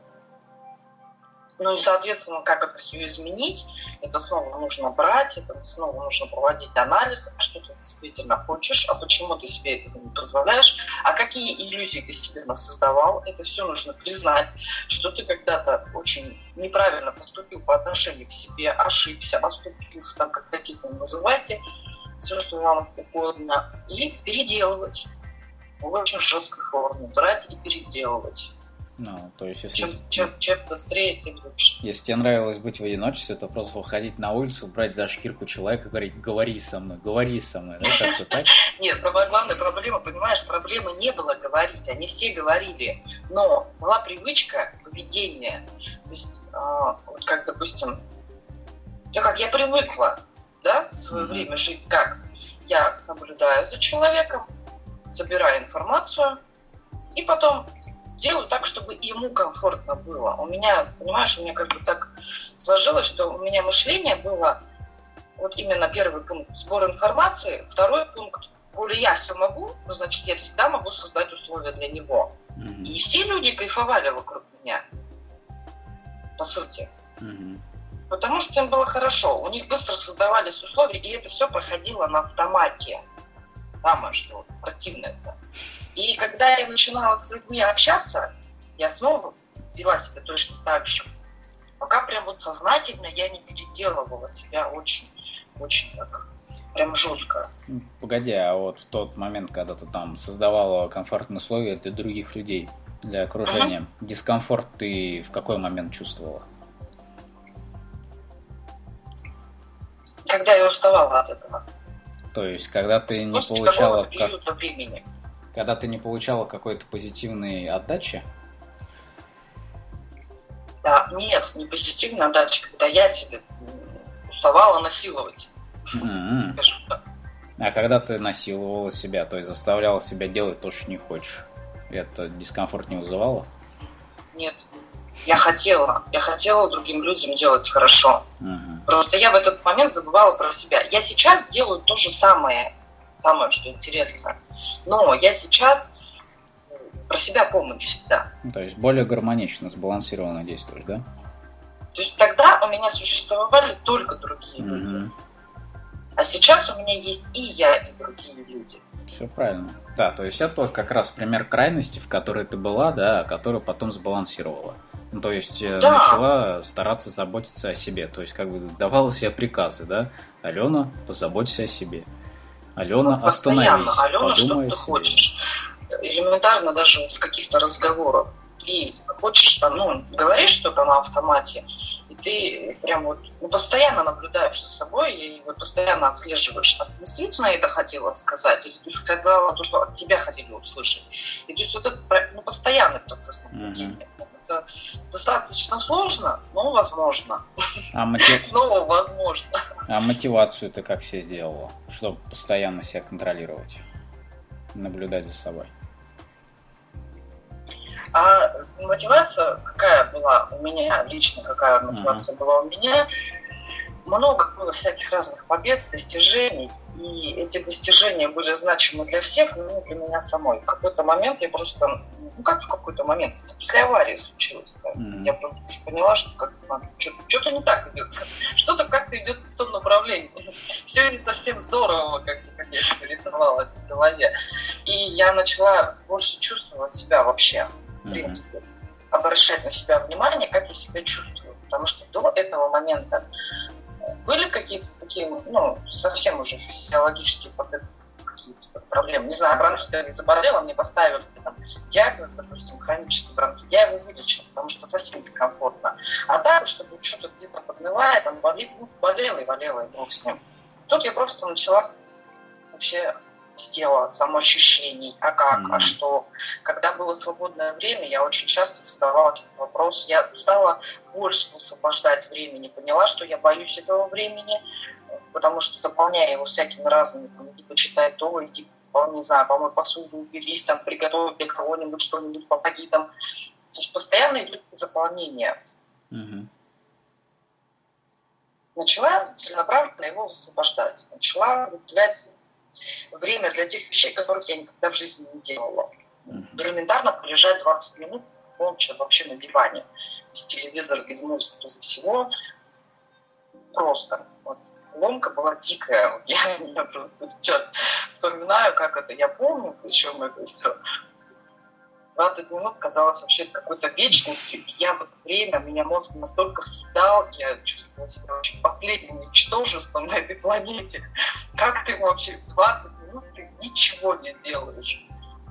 И, соответственно, как это все изменить, это снова нужно брать, это снова нужно проводить анализ, а что ты действительно хочешь, а почему ты себе этого не позволяешь, а какие иллюзии ты себе создавал, это все нужно признать, что ты когда-то очень неправильно поступил по отношению к себе, ошибся, оступился, как хотите называйте, все, что вам угодно, и переделывать в очень жесткой форме, брать и переделывать. То есть, если... Чем быстрее, тем лучше. Если тебе нравилось быть в одиночестве, то просто выходить на улицу, брать за шкирку человека и говорить: говори со мной, да, как-то так? Нет, самая главная проблема, понимаешь, проблемы не было говорить, они все говорили, но была привычка поведения. То есть, допустим, как я привыкла, да, в свое время жить, как я наблюдаю за человеком, собираю информацию, и потом делаю так, чтобы ему комфортно было. У меня так сложилось, что у меня мышление было вот именно первый пункт — сбор информации, второй пункт — коли я все могу, значит, я всегда могу создать условия для него. И все люди кайфовали вокруг меня, по сути. Потому что им было хорошо, у них быстро создавались условия, и это все проходило на автомате. Самое что противное-то. И когда я начинала с людьми общаться, я снова вела себя точно так же. Пока прям вот сознательно я не переделывала себя очень, очень так, прям жутко. Погоди, а вот в тот момент, когда ты там создавала комфортные условия для других людей, для окружения, дискомфорт ты в какой момент чувствовала? Когда я уставала от этого. То есть, когда ты не получала... Когда ты не получала какой-то позитивной отдачи? Да, нет, не позитивной отдачи, когда я себе уставала насиловать. Скажем так. А когда ты насиловала себя, то есть заставляла себя делать то, что не хочешь, это дискомфорт не вызывало? Нет. Я хотела другим людям делать хорошо. Просто я в этот момент забывала про себя. Я сейчас делаю то же самое, что интересно. Но я сейчас про себя помню всегда. То есть более гармонично, сбалансированно действуешь, да? То есть тогда у меня существовали только другие люди. А сейчас у меня есть и я, и другие люди. Все правильно. Да, то есть это вот как раз пример крайности, в которой ты была, да, которую потом сбалансировала. То есть начала стараться заботиться о себе. То есть давала себе приказы, да? Алена, позаботься о себе. Алена, остановись. Алена, что ты хочешь? Элементарно даже в каких-то разговорах. Ты хочешь говоришь что-то на автомате, и ты прям вот постоянно наблюдаешь за собой и вот постоянно отслеживаешь, а ты действительно это хотела сказать, или ты сказала то, что от тебя хотели услышать. И то есть вот это постоянный процесс наблюдения. Это достаточно сложно, но возможно. Снова возможно. А мотивацию ты как себе сделала, чтобы постоянно себя контролировать, наблюдать за собой? А мотивация какая была у меня, лично какая мотивация была у меня? Много было всяких разных побед, достижений, и эти достижения были значимы для всех, но не для меня самой. В какой-то момент я просто, как в какой-то момент, это после аварии случилось, да? Я просто уже поняла, что что-то не так идет, что-то как-то идет в том направлении. Все не совсем здорово, как я себе рисовала в голове. И я начала больше чувствовать себя вообще, в принципе, обращать на себя внимание, как я себя чувствую. Потому что до этого момента были какие-то такие, совсем уже физиологические какие-то проблемы. Не знаю, бронхит заболела, мне поставили там диагноз, допустим, хронический бронхит. Я его вылечила, потому что совсем дискомфортно. А так, чтобы что-то где-то подмывает, там болит, болела и бог с ним. Тут я просто начала вообще с тела, самоощущений, а как, а что. Когда было свободное время, я очень часто задавала этот вопрос. Я стала больше освобождать времени, поняла, что я боюсь этого времени, потому что заполняя его всякими разными, иди почитай то, иди, не знаю, помой посуду, уберись, там, приготовь для кого-нибудь что-нибудь, помоги там. То есть постоянно идет заполнение. Начала целенаправленно его освобождать. Начала выделять время для тех вещей, которых я никогда в жизни не делала. Элементарно полежать 20 минут молча вообще на диване. Без телевизора, без музыки, без всего. Просто. Вот. Ломка была дикая. Вот я просто сейчас вспоминаю, как это. Я помню, причем это все. 20 минут казалось вообще какой-то вечностью. И я в это время, меня мозг настолько съедал, я чувствовала себя очень последним ничтожеством на этой планете. Как ты вообще 20 минут ты ничего не делаешь?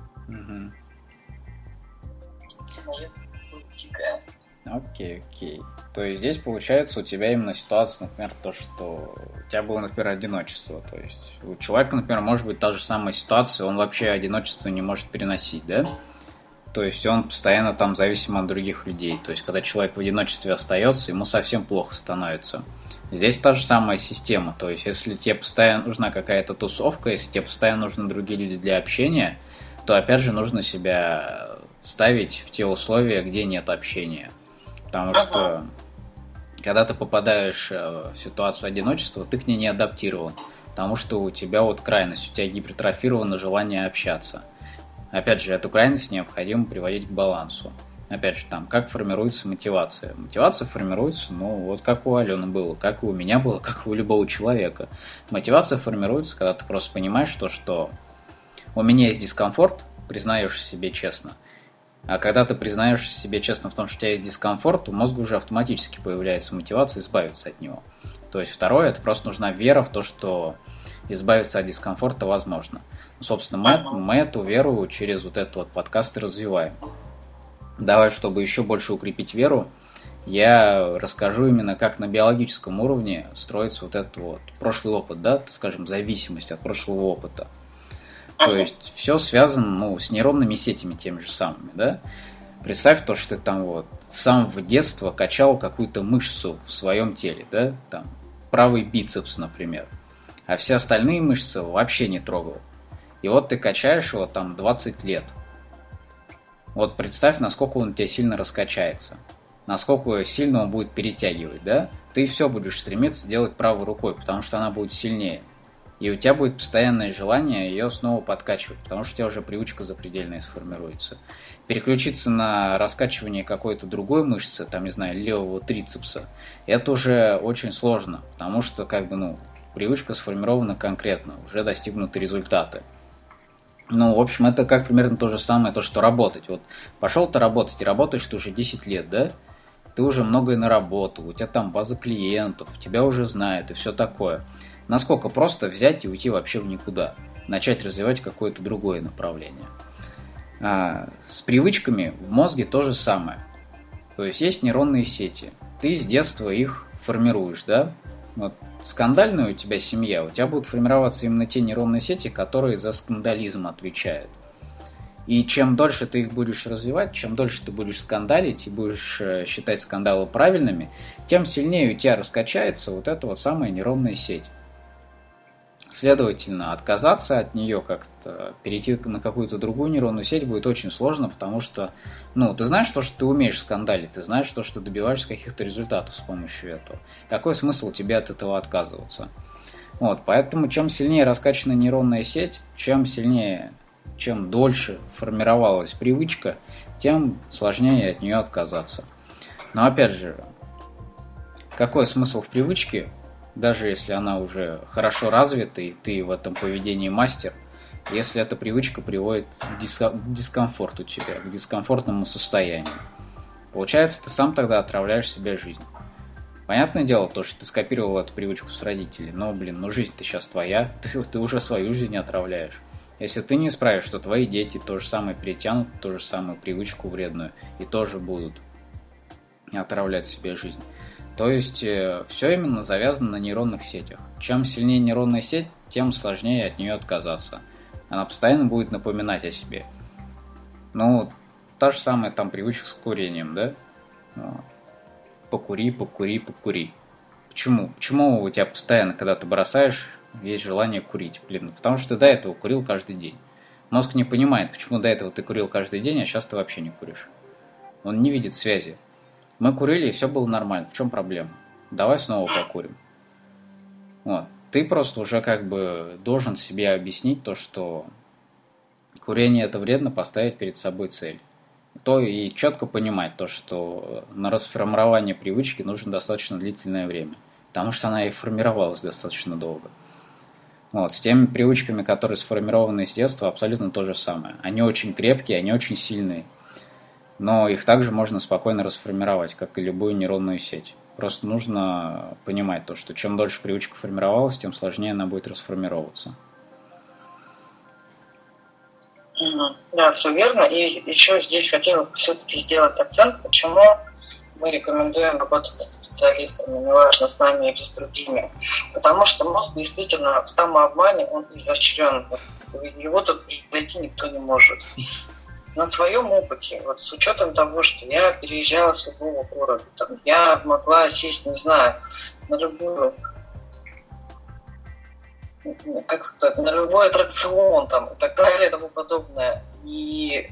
Окей. То есть здесь получается у тебя именно ситуация, например, то, что у тебя было, например, одиночество. То есть у человека, например, может быть та же самая ситуация, он вообще одиночество не может переносить, да? То есть он постоянно там зависим от других людей. То есть когда человек в одиночестве остается, ему совсем плохо становится. Здесь та же самая система. То есть если тебе постоянно нужна какая-то тусовка, если тебе постоянно нужны другие люди для общения, то опять же нужно себя ставить в те условия, где нет общения. Потому что когда ты попадаешь в ситуацию одиночества, ты к ней не адаптирован. Потому что у тебя вот крайность, у тебя гипертрофировано желание общаться. Опять же, эту крайность необходимо приводить к балансу. Опять же, там, как формируется мотивация? Мотивация формируется, вот как у Алены было, как и у меня было, как и у любого человека. Мотивация формируется, когда ты просто понимаешь, что у меня есть дискомфорт, признаешь себе честно. А когда ты признаешь себе честно в том, что у тебя есть дискомфорт, у мозга уже автоматически появляется мотивация избавиться от него. То есть второе, это просто нужна вера в то, что избавиться от дискомфорта возможно. Собственно, мы эту веру через вот этот вот подкаст и развиваем. Давай, чтобы еще больше укрепить веру, я расскажу именно, как на биологическом уровне строится вот этот вот прошлый опыт, да, скажем, зависимость от прошлого опыта. То есть все связано, с нейронными сетями теми же самыми, да. Представь то, что ты там вот с самого детства качал какую-то мышцу в своем теле, да, там правый бицепс, например, а все остальные мышцы вообще не трогал. И вот ты качаешь его там 20 лет. Вот представь, насколько он у тебя сильно раскачается. Насколько сильно он будет перетягивать, да? Ты все будешь стремиться делать правой рукой, потому что она будет сильнее. И у тебя будет постоянное желание ее снова подкачивать, потому что у тебя уже привычка запредельная сформируется. Переключиться на раскачивание какой-то другой мышцы, там, не знаю, левого трицепса, это уже очень сложно, потому что, привычка сформирована конкретно, уже достигнуты результаты. В общем, это как примерно то же самое, то, что работать. Вот пошел ты работать, и работаешь ты уже 10 лет, да? Ты уже многое наработал, у тебя там база клиентов, тебя уже знают и все такое. Насколько просто взять и уйти вообще в никуда, начать развивать какое-то другое направление. С привычками в мозге то же самое. То есть нейронные сети. Ты с детства их формируешь, да? Вот скандальная у тебя семья, у тебя будут формироваться именно те нейронные сети, которые за скандализм отвечают. И чем дольше ты их будешь развивать, чем дольше ты будешь скандалить и будешь считать скандалы правильными, тем сильнее у тебя раскачается вот эта вот самая нейронная сеть. Следовательно, отказаться от нее как-то, перейти на какую-то другую нейронную сеть будет очень сложно, потому что, ты знаешь то, что ты умеешь скандалить, ты знаешь то, что добиваешься каких-то результатов с помощью этого. Какой смысл тебе от этого отказываться? Вот, поэтому чем сильнее раскачана нейронная сеть, чем дольше формировалась привычка, тем сложнее от нее отказаться. Но опять же, какой смысл в привычке, даже если она уже хорошо развита и ты в этом поведении мастер, если эта привычка приводит к дискомфорту тебя, к дискомфортному состоянию? Получается, ты сам тогда отравляешь себе жизнь. Понятное дело, то, что ты скопировал эту привычку с родителей, но, жизнь-то сейчас твоя, ты уже свою жизнь отравляешь. Если ты не исправишь, что твои дети то же самое перетянут, ту же самую привычку вредную и тоже будут отравлять себе жизнь. То есть все именно завязано на нейронных сетях. Чем сильнее нейронная сеть, тем сложнее от нее отказаться. Она постоянно будет напоминать о себе. Та же самая там привычка с курением, да? Покури. Почему? Почему у тебя постоянно, когда ты бросаешь, есть желание курить? Потому что ты до этого курил каждый день. Мозг не понимает, почему до этого ты курил каждый день, а сейчас ты вообще не куришь. Он не видит связи. Мы курили, и все было нормально. В чем проблема? Давай снова покурим. Вот. Ты просто уже должен себе объяснить то, что курение это вредно, поставить перед собой цель. И четко понимать то, что на расформирование привычки нужно достаточно длительное время. Потому что она и формировалась достаточно долго. Вот. С теми привычками, которые сформированы с детства, абсолютно то же самое. Они очень крепкие, они очень сильные. Но их также можно спокойно расформировать, как и любую нейронную сеть. Просто нужно понимать то, что чем дольше привычка формировалась, тем сложнее она будет расформироваться. Да, все верно. И еще здесь хотела все-таки сделать акцент, почему мы рекомендуем работать со специалистами, неважно, с нами или с другими. Потому что мозг действительно в самообмане, он изощрен. Его тут превзойти никто не может. На своем опыте, с учетом того, что я переезжала с любого города, я могла сесть, не знаю, на любую, на любой аттракцион и так далее и тому подобное. И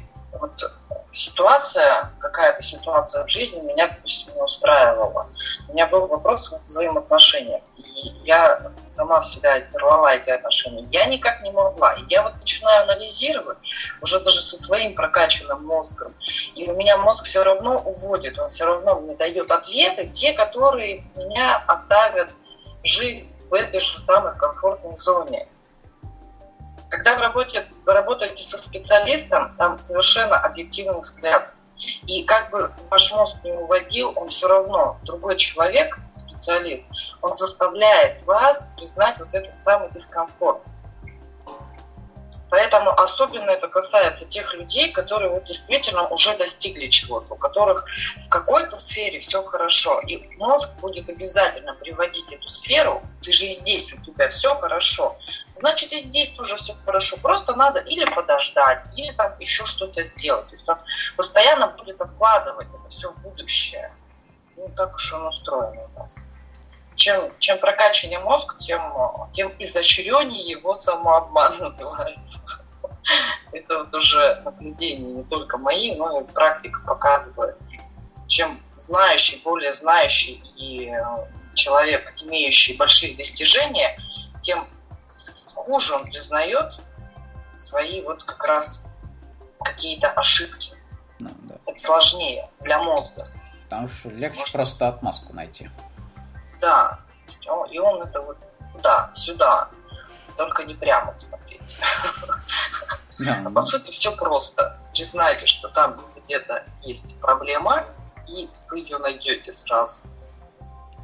какая-то ситуация в жизни меня, допустим, не устраивала. У меня был вопрос в взаимоотношениях. И я сама в себя рвала эти отношения. Я никак не могла. И я начинаю анализировать, уже даже со своим прокачанным мозгом. И у меня мозг все равно уводит, он все равно мне дает ответы, те, которые меня оставят жить в этой же самой комфортной зоне. Когда вы работаете со специалистом, там совершенно объективный взгляд. И как бы ваш мозг не уводил, он все равно, другой человек, специалист, он заставляет вас признать этот самый дискомфорт. Поэтому особенно это касается тех людей, которые действительно уже достигли чего-то, у которых в какой-то сфере все хорошо. И мозг будет обязательно приводить эту сферу, ты же и здесь, у тебя все хорошо. Значит, и здесь тоже все хорошо. Просто надо или подождать, или еще что-то сделать. То есть он постоянно будет откладывать это все в будущее. Так уж он устроен у нас. Чем прокачаннее мозг, тем изощреннее его самообман называется. Это уже наблюдения не только мои, но и практика показывает. Чем более знающий и человек, имеющий большие достижения, тем хуже он признает свои как раз какие-то ошибки. Да. Это сложнее для мозга. Потому что легче просто отмазку найти. Да, и он это туда, сюда, только не прямо смотреть. А по сути все просто. Признайте, что там где-то есть проблема, и вы ее найдете сразу.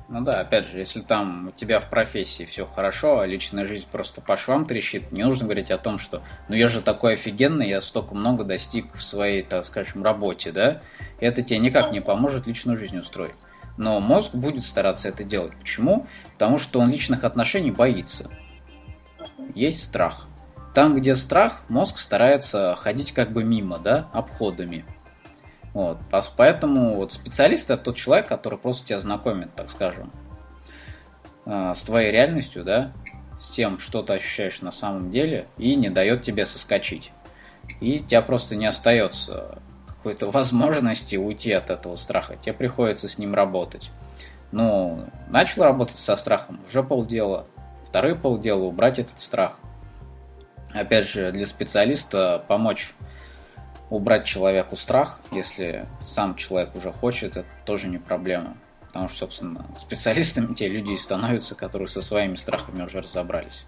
Ну да, опять же, если там у тебя в профессии все хорошо, а личная жизнь просто по швам трещит, не нужно говорить о том, что ну я же такой офигенный, я столько много достиг в своей, так скажем, работе, да? И это тебе никак не поможет личную жизнь устроить. Но мозг будет стараться это делать. Почему? Потому что он личных отношений боится. Есть страх. Там, где страх, мозг старается ходить как бы мимо, да, обходами. Вот. Поэтому вот специалист – это тот человек, который просто тебя знакомит, так скажем, с твоей реальностью, да, с тем, что ты ощущаешь на самом деле, и не дает тебе соскочить. И у тебя просто не остается какой-то возможности уйти от этого страха. Тебе приходится с ним работать. Ну, начал работать со страхом, уже полдела. Вторые полдела – убрать этот страх. Опять же, для специалиста помочь убрать человеку страх, если сам человек уже хочет, это тоже не проблема. Потому что, собственно, специалистами те люди и становятся, которые со своими страхами уже разобрались.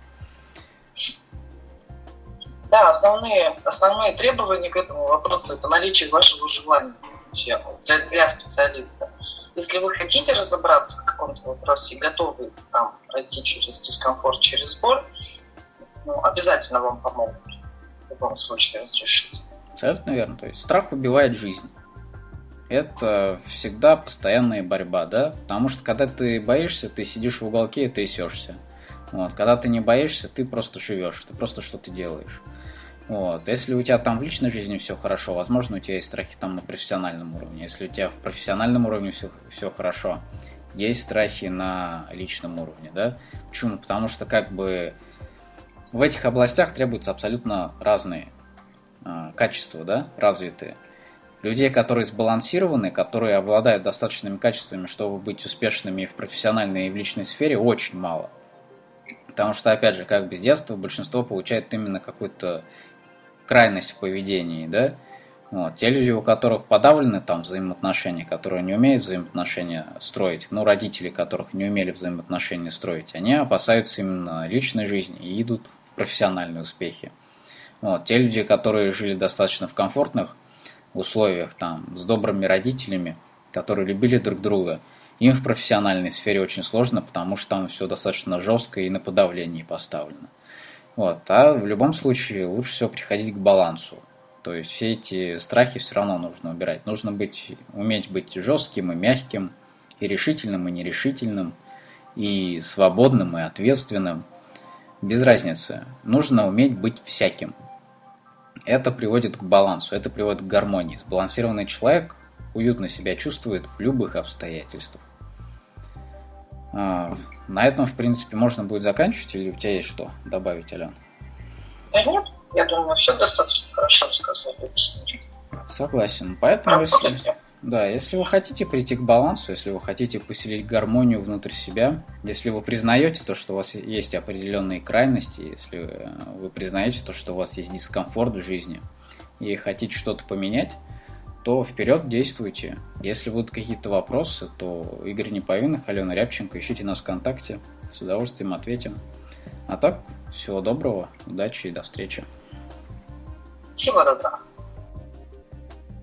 Да, основные требования к этому вопросу – это наличие вашего желания для специалиста. Если вы хотите разобраться в каком-то вопросе и готовы там пройти через дискомфорт, через боль, обязательно вам помогут в любом случае разрешить. Абсолютно верно. То есть страх убивает жизнь. Это всегда постоянная борьба, да? Потому что когда ты боишься, ты сидишь в уголке и трясешься. Вот. Когда ты не боишься, ты просто живешь, ты просто что-то делаешь. Вот. Если у тебя там в личной жизни все хорошо, возможно, у тебя есть страхи там на профессиональном уровне. Если у тебя в профессиональном уровне все хорошо, есть страхи на личном уровне, да? Почему? Потому что как бы в этих областях требуются абсолютно разные качества, да, развитые. Людей, которые сбалансированы, которые обладают достаточными качествами, чтобы быть успешными и в профессиональной, и в личной сфере, очень мало. Потому что, опять же, как бы с детства большинство получает именно какую-то крайность в поведении, да. Вот. Те люди, у которых подавлены там взаимоотношения, которые не умеют взаимоотношения строить, ну, родители, которых не умели взаимоотношения строить, они опасаются именно личной жизни и идут в профессиональные успехи. Вот. Те люди, которые жили достаточно в комфортных условиях, там, с добрыми родителями, которые любили друг друга, им в профессиональной сфере очень сложно, потому что там все достаточно жестко и на подавлении поставлено. Вот. А в любом случае лучше всего приходить к балансу. То есть все эти страхи все равно нужно убирать. Нужно уметь быть жестким и мягким, и решительным, и нерешительным, и свободным, и ответственным. Без разницы. Нужно уметь быть всяким. Это приводит к балансу, это приводит к гармонии. Сбалансированный человек уютно себя чувствует в любых обстоятельствах. На этом, в принципе, можно будет заканчивать, или у тебя есть что добавить, Алена? Да нет, я думаю, все достаточно хорошо сказали, объяснили. Согласен. Поэтому, если вы хотите прийти к балансу, если вы хотите поселить гармонию внутрь себя, если вы признаете то, что у вас есть определенные крайности, если вы признаете то, что у вас есть дискомфорт в жизни и хотите что-то поменять, то вперед действуйте. Если будут какие-то вопросы, то Игорь Неповинных, Алена Рябченко, ищите нас ВКонтакте, с удовольствием ответим. А так, всего доброго, удачи и до встречи. Всего доброго.